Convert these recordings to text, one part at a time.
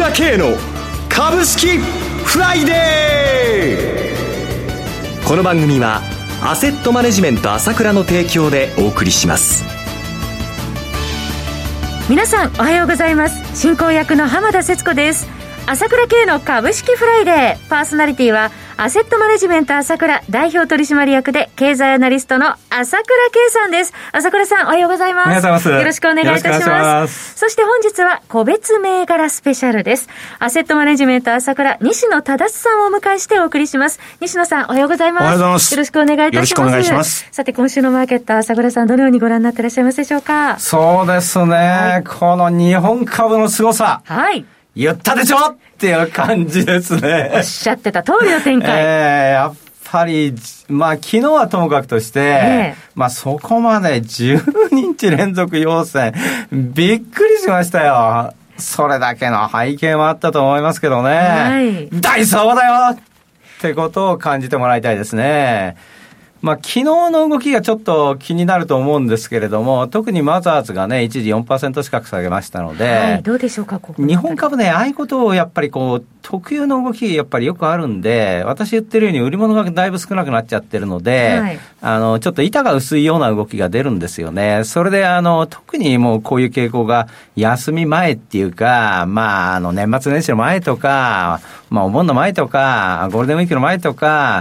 倉慶の株式フライデー。この番組はアセットマネジメント朝倉の提供でお送りします。 皆さんおはようございます。進行役の浜田節子です。朝倉慶の株式フライデー、パーソナリティはアセットマネジメント朝倉代表取締役で経済アナリストの朝倉慶さんです。朝倉さんおはようございます。 おはようございます。 よろしくお願いいたします。そして本日は個別銘柄スペシャルです。アセットマネジメント朝倉西野忠さんをお迎えしてお送りします。西野さんおはようございます。 おはようございます。 よろしくお願いいたします。 よろしくお願いします。 さて今週のマーケット、朝倉さんどのようにご覧になっていらっしゃいますでしょうか。 そうですね、はい、この日本株の凄さ、 はい、 言ったでしょっていう感じですね。 おっしゃってた通りの展開。 やっぱり昨日はともかくとして、そこまで12日連続陽線、びっくりしましたよ。それだけの背景もあったと思いますけどね、はい、大相場だよってことを感じてもらいたいですね。昨日の動きがちょっと気になると思うんですけれども、特にマザーズがね、一時 4% 近く下げましたので、 はい、どうでしょうか、ここ日本株ね、ああいうことをやっぱり特有の動きやっぱりよくあるんで、私言ってるように売り物がだいぶ少なくなっちゃってるので、はい、ちょっと板が薄いような動きが出るんですよね。それで特にもうこういう傾向が休み前っていうか、年末年始の前とか、お盆の前とか、ゴールデンウィークの前とか、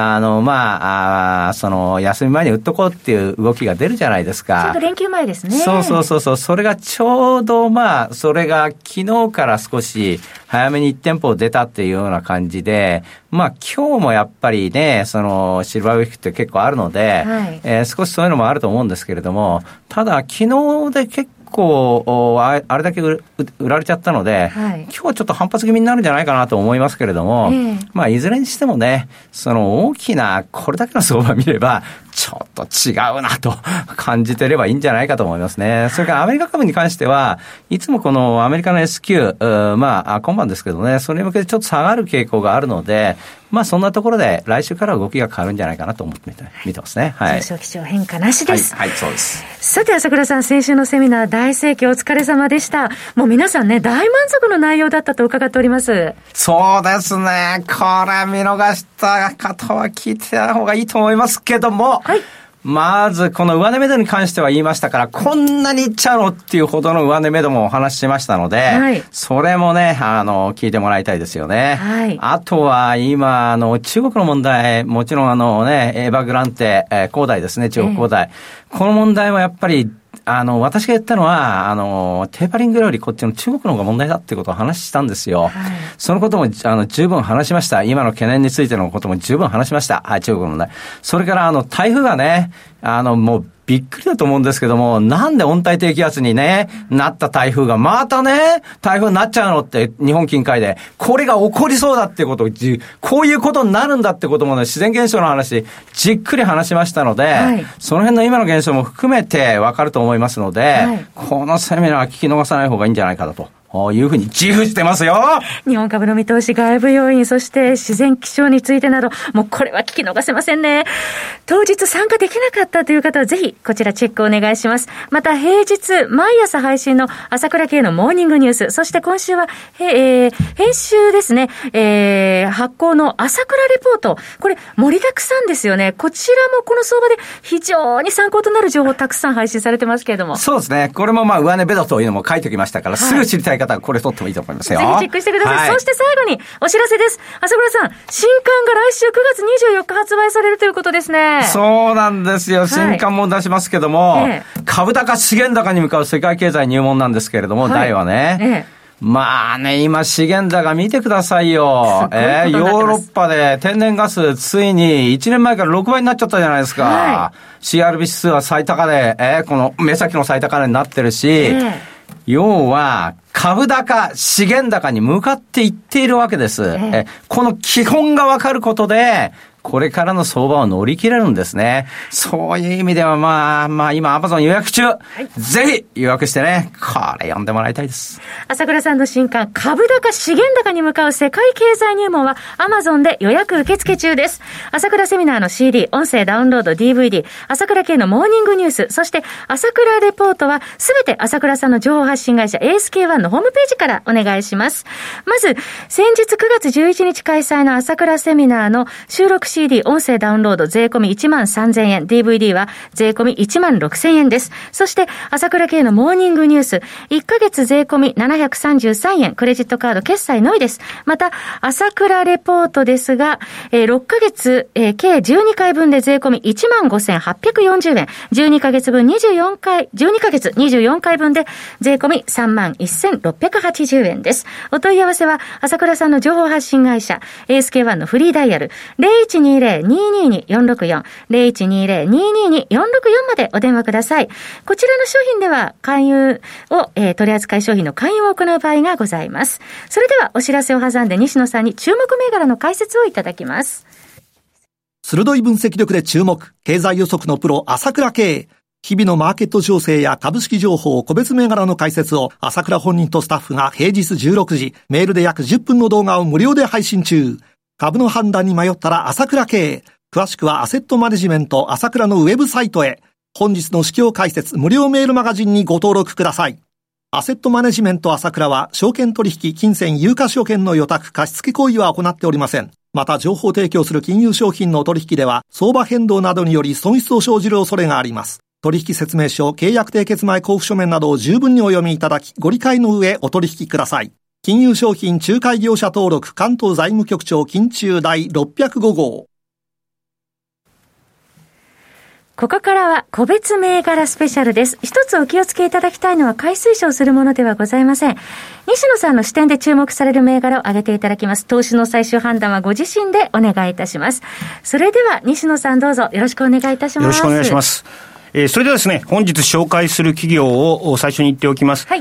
その休み前に売っとこうっていう動きが出るじゃないですか。 ちょうど連休前ですね。 そう。それがちょうどそれが昨日から少し早めに1店舗出たっていうような感じで、今日もやっぱりね、そのシルバーウィークって結構あるので、はい、少しそういうのもあると思うんですけれども、ただ昨日で結構あれだけ売られちゃったので、はい、今日はちょっと反発気味になるんじゃないかなと思いますけれども、いずれにしてもね、その大きなこれだけの相場を見ればちょっと違うなと感じてればいいんじゃないかと思いますね。それからアメリカ株に関してはいつもこのアメリカの S q、今晩ですけどね、それに向けてちょっと下がる傾向があるので、そんなところで来週から動きが変わるんじゃないかなと思って見てますね。はい。 上昇基調変化なしです。 はい、そうです。 さて朝倉さん、先週のセミナー大盛況お疲れ様でした。もう皆さんね、大満足の内容だったと伺っております。 そうですね。これ見逃した方は聞いてた方がいいと思いますけども、はい、まずこの上値目処に関しては言いましたから、こんなにいっちゃうのっていうほどの上値目処もお話ししましたので、はい、それもね聞いてもらいたいですよね。はい、あとは今中国の問題、もちろんエーバーグランテ、恒大ですね、中国恒大、この問題もやっぱり私が言ったのは、テーパリングよりこっちの中国の方が問題だっていうことを話したんですよ。はい、そのことも、十分話しました。今の懸念についてのことも十分話しました。はい、中国の問題。それから、台風がね、もう、びっくりだと思うんですけども、なんで温帯低気圧にね、なった台風がまたね、台風になっちゃうのって日本近海で、これが起こりそうだってことを、こういうことになるんだってこともね、自然現象の話、じっくり話しましたので、はい、その辺の今の現象も含めてわかると思いますので、はい、このセミナーは聞き逃さない方がいいんじゃないかだと。こういうふうに自負してますよ。 日本株の見通し、外部要因、そして自然気象についてなど、もうこれは聞き逃せませんね。当日参加できなかったという方はぜひこちらチェックお願いします。また平日毎朝配信の朝倉慶のモーニングニュース、そして今週は編集ですね、発行の朝倉レポート、これ盛りだくさんですよね。こちらもこの相場で非常に参考となる情報たくさん配信されてますけれども、 そうですね。これも上値ベドというのも書いておきましたから、すぐ知りたい方はこれ取ってもいいと思いますよ。 ぜひチェックしてください。はい、そして最後にお知らせです。朝倉さん、新刊が来週9月24日発売されるということですね。 そうなんですよ。新刊も出しますけども、株高資源高に向かう世界経済入門なんですけれども、題はね、今資源高見てくださいよ。ヨーロッパで天然ガスついに1年前から6倍になっちゃったじゃないですか。はい、CRB 指数は最高値、この目先の最高値になってるし、要は株高資源高に向かっていっているわけです。この基本が分かることでこれからの相場を乗り切れるんですね。そういう意味では今アマゾン予約中、ぜひ予約してね、これ読んでもらいたいです。 朝倉さんの新刊、株高資源高に向かう世界経済入門はアマゾンで予約受付中です。朝倉セミナーの CD、音声ダウンロード、DVD、朝倉系のモーニングニュース、そして朝倉レポートはすべて朝倉さんの情報発信会社 ASK1 のホームページからお願いします。まず、先日9月11日開催の朝倉セミナーの収録CD、音声ダウンロード税込み13,000円、DVD は税込み16,000円です。そして、朝倉系のモーニングニュース、1ヶ月税込み733円、クレジットカード決済のみです。また、朝倉レポートですが、6ヶ月、計12回分で税込み15,840円、12ヶ月分12ヶ月24回分で税込み31,680円です。お問い合わせは、朝倉さんの情報発信会社、ASK1 のフリーダイヤル、0120-222-464、0120-222-464までお電話ください。こちらの商品では、勧誘を、取扱い商品の勧誘を行う場合がございます。それでは、お知らせを挟んで西野さんに注目銘柄の解説をいただきます。 鋭い分析力で注目、経済予測のプロ、朝倉慶。日々のマーケット情勢や株式情報、個別銘柄の解説を朝倉本人とスタッフが平日16時、メールで約10分の動画を無料で配信中。株の判断に迷ったら朝倉慶。詳しくはアセットマネジメント朝倉のウェブサイトへ。本日の市況解説無料メールマガジンにご登録ください。アセットマネジメント朝倉は証券取引、金銭、有価証券の予託、貸付行為は行っておりません。また情報提供する金融商品の取引では相場変動などにより損失を生じる恐れがあります。取引説明書、契約締結前交付書面などを十分にお読みいただき、ご理解の上お取引ください。金融商品仲介業者登録関東財務局長金中第605号。 ここからは個別銘柄スペシャルです。一つお気をつけいただきたいのは買い推奨するものではございません。西野さんの視点で注目される銘柄を挙げていただきます。投資の最終判断はご自身でお願いいたします。それでは西野さんどうぞよろしくお願いいたします。 よろしくお願いします。それではですね、本日紹介する企業を最初に言っておきます。はい、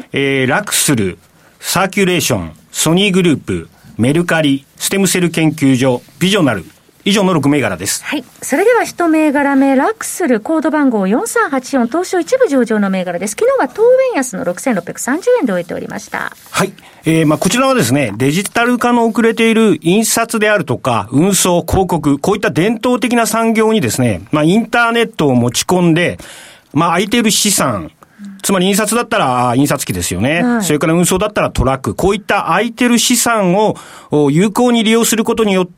ラクスル、サーキュレーション、ソニーグループ、メルカリ、ステムセル研究所、ビジョナル、以上の6銘柄です。 はい。それでは一銘柄目、ラクスル、コード番号4384、東証一部上場の銘柄です。昨日は当円安の6630円で終えておりました。 はい。こちらはですね、デジタル化の遅れている印刷であるとか、運送、広告、こういった伝統的な産業にですね、インターネットを持ち込んで、空いている資産、つまり印刷だったら印刷機ですよね、はい。それから運送だったらトラック。こういった空いてる資産を有効に利用することによって、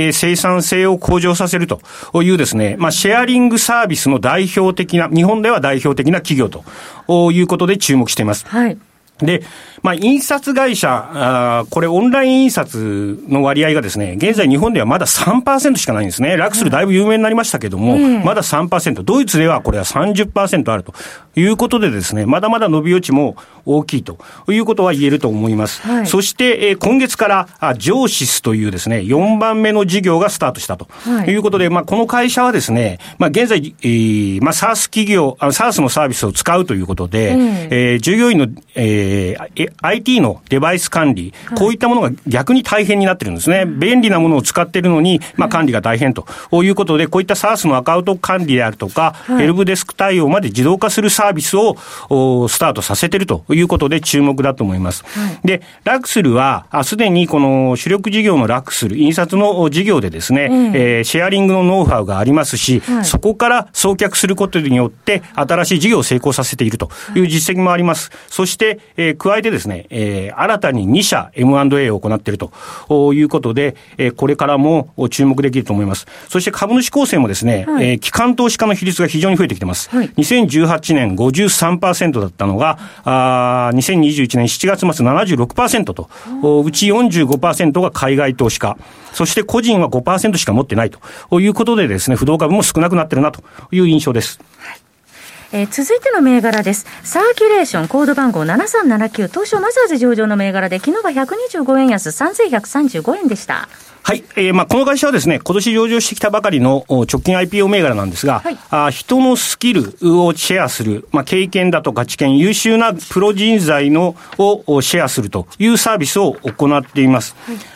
生産性を向上させるというですね、シェアリングサービスの代表的な、日本では代表的な企業ということで注目しています。はい。で、印刷会社、これオンライン印刷の割合がですね、現在日本ではまだ 3% しかないんですね。ラクスルだいぶ有名になりましたけども、まだ 3%、ドイツではこれは 30% あるということでですね、まだまだ伸び余地も大きいということは言えると思います。はい、そして、今月からジョーシスというですね、4番目の事業がスタートしたということで、この会社はですね、現在、SaaS 企業、SaaS のサービスを使うということで、従業員の、IT のデバイス管理、こういったものが逆に大変になってるんですね。便利なものを使っているのに、管理が大変ということで、こういった SaaS のアカウント管理であるとか、ヘルプデスク対応まで自動化するサービスをスタートさせているということで注目だと思います。で、ラクスルは、すでにこの主力事業のラクスル、印刷の事業でですね、シェアリングのノウハウがありますし、そこから送客することによって、新しい事業を成功させているという実績もあります。そして、加えてですね、新たに2社 M&A を行っているということで、これからも注目できると思います。そして株主構成もですね、機関投資家の比率が非常に増えてきています。2018年 53% だったのが、2021年7月末 76% と、うち 45% が海外投資家、そして個人は 5% しか持ってないということでですね、不動株も少なくなっているなという印象です。 続いての銘柄です。サーキュレーションコード番号7379、東証マザーズ上場の銘柄で、昨日は125円安3135円でした。 はい。この会社はですね、今年上場してきたばかりの直近 IPO 銘柄なんですが、人のスキルをシェアする、経験だとか知見、優秀なプロ人材をシェアするというサービスを行っています。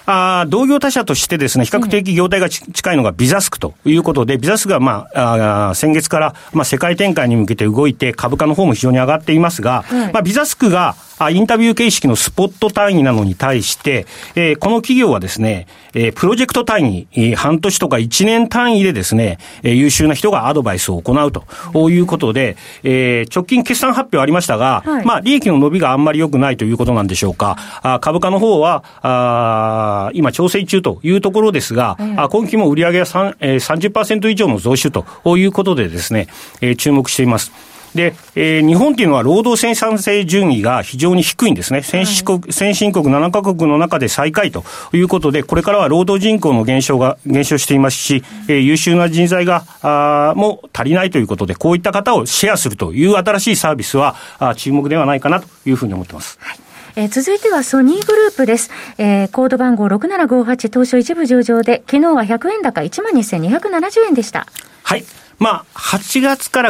同業他社としてですね、比較的業態が近いのがビザスクということで、ビザスクが先月から世界展開に向けて動いて、株価の方も非常に上がっていますが、ビザスクがインタビュー形式のスポット単位なのに対して、この企業はですね、プロジェクト単位、半年とか1年単位でですね、優秀な人がアドバイスを行うということで、直近決算発表ありましたが、利益の伸びがあんまり良くないということなんでしょうか。株価の方は、今調整中というところですが、今期も売上が30% 以上の増収ということでですね、注目しています。で、日本っていうのは労働生産性順位が非常に低いんですね。先進国7カ国の中で最下位ということで、これからは労働人口の減少していますし、優秀な人材がもう足りないということで、こういった方をシェアするという新しいサービスは注目ではないかなというふうに思っています。 続いてはソニーグループです。コード番号6758東証一部上場で、昨日は100円高 12,270 円でした。 はい。8月末から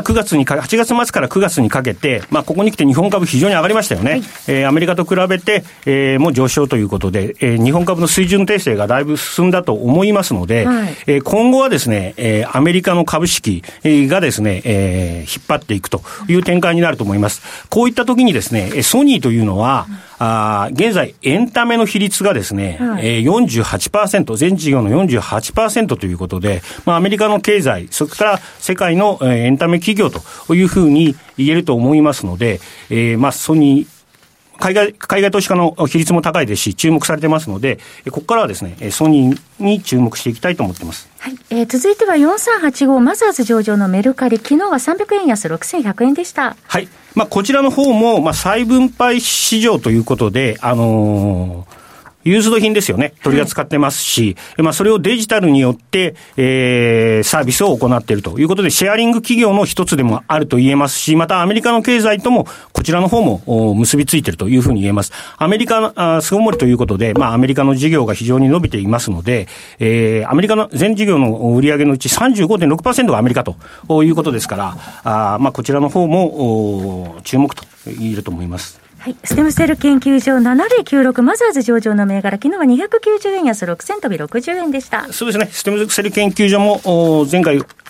9月にかけて、ここに来て日本株非常に上がりましたよね。アメリカと比べて、もう上昇ということで、日本株の水準訂正がだいぶ進んだと思いますので、今後はですね、アメリカの株式がですね、引っ張っていくという展開になると思います。こういった時にですね、ソニーというのは、現在エンタメの比率がですね、48%、全事業の 48% ということで、アメリカの経済、それから世界のエンタメ企業というふうに言えると思いますので、ソニー、海外投資家の比率も高いですし、注目されてますので、ここからはですね、ソニーに注目していきたいと思っています。 はい。続いては4385マザーズ上場のメルカリ、昨日は300円安6100円でした。はい。 こちらの方も、再分配市場ということで、ユーズド品ですよね。取り扱ってますし、それをデジタルによって、サービスを行っているということで、シェアリング企業の一つでもあると言えますし、またアメリカの経済とも、こちらの方も結びついているというふうに言えます。アメリカの、巣ごもりということで、アメリカの事業が非常に伸びていますので、アメリカの全事業の売上のうち 35.6% がアメリカということですから、こちらの方も、注目と言えると思います。 はい。ステムセル研究所7096マザーズ上場の銘柄、昨日は290円安6銭飛び60円でした。 そうですね。ステムセル研究所も前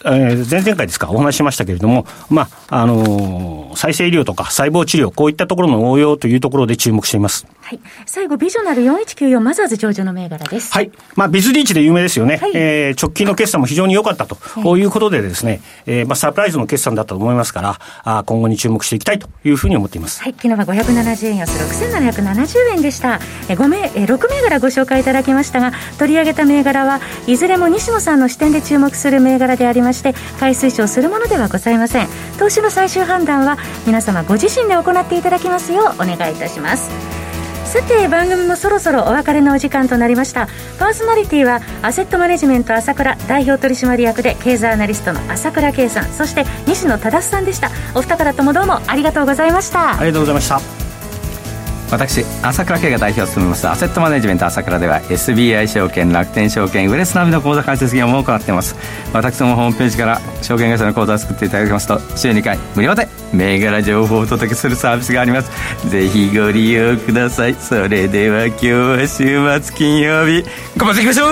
々回ですか、お話ししましたけれども、再生医療とか細胞治療、こういったところの応用というところで注目しています。 はい。最後、ビジョナル4194マザーズ上場の銘柄です。 はい。ビズリーチで有名ですよね。はい、直近の決算も非常に良かったということでですね、サプライズの決算だったと思いますから、今後に注目していきたいというふうに思っています。 はい。昨日は570円安6770円でした。6銘柄ご紹介いただきましたが、取り上げた銘柄はいずれも西野さんの視点で注目する銘柄でありまして、買い推奨するものではございません。投資の最終判断は皆様ご自身で行っていただきますようお願いいたします。さて、番組もそろそろお別れのお時間となりました。パーソナリティはアセットマネジメント朝倉代表取締役で経済アナリストの朝倉圭さん、そして西野忠さんでした。お二方ともどうもありがとうございました。 ありがとうございました。 私朝倉圭が代表を務めますアセットマネジメント朝倉では SBI 証券、楽天証券、ウエルスナビの口座開設業務を行っています。私どもホームページから証券会社の口座を作っていただきますと、週2回無料で銘柄情報をお届けするサービスがあります。ぜひご利用ください。それでは今日は週末金曜日、頑張っていきましょう。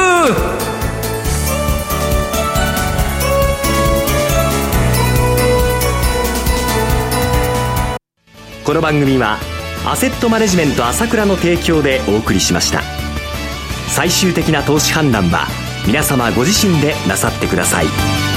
この番組はアセットマネジメント朝倉の提供でお送りしました。最終的な投資判断は皆様ご自身でなさってください。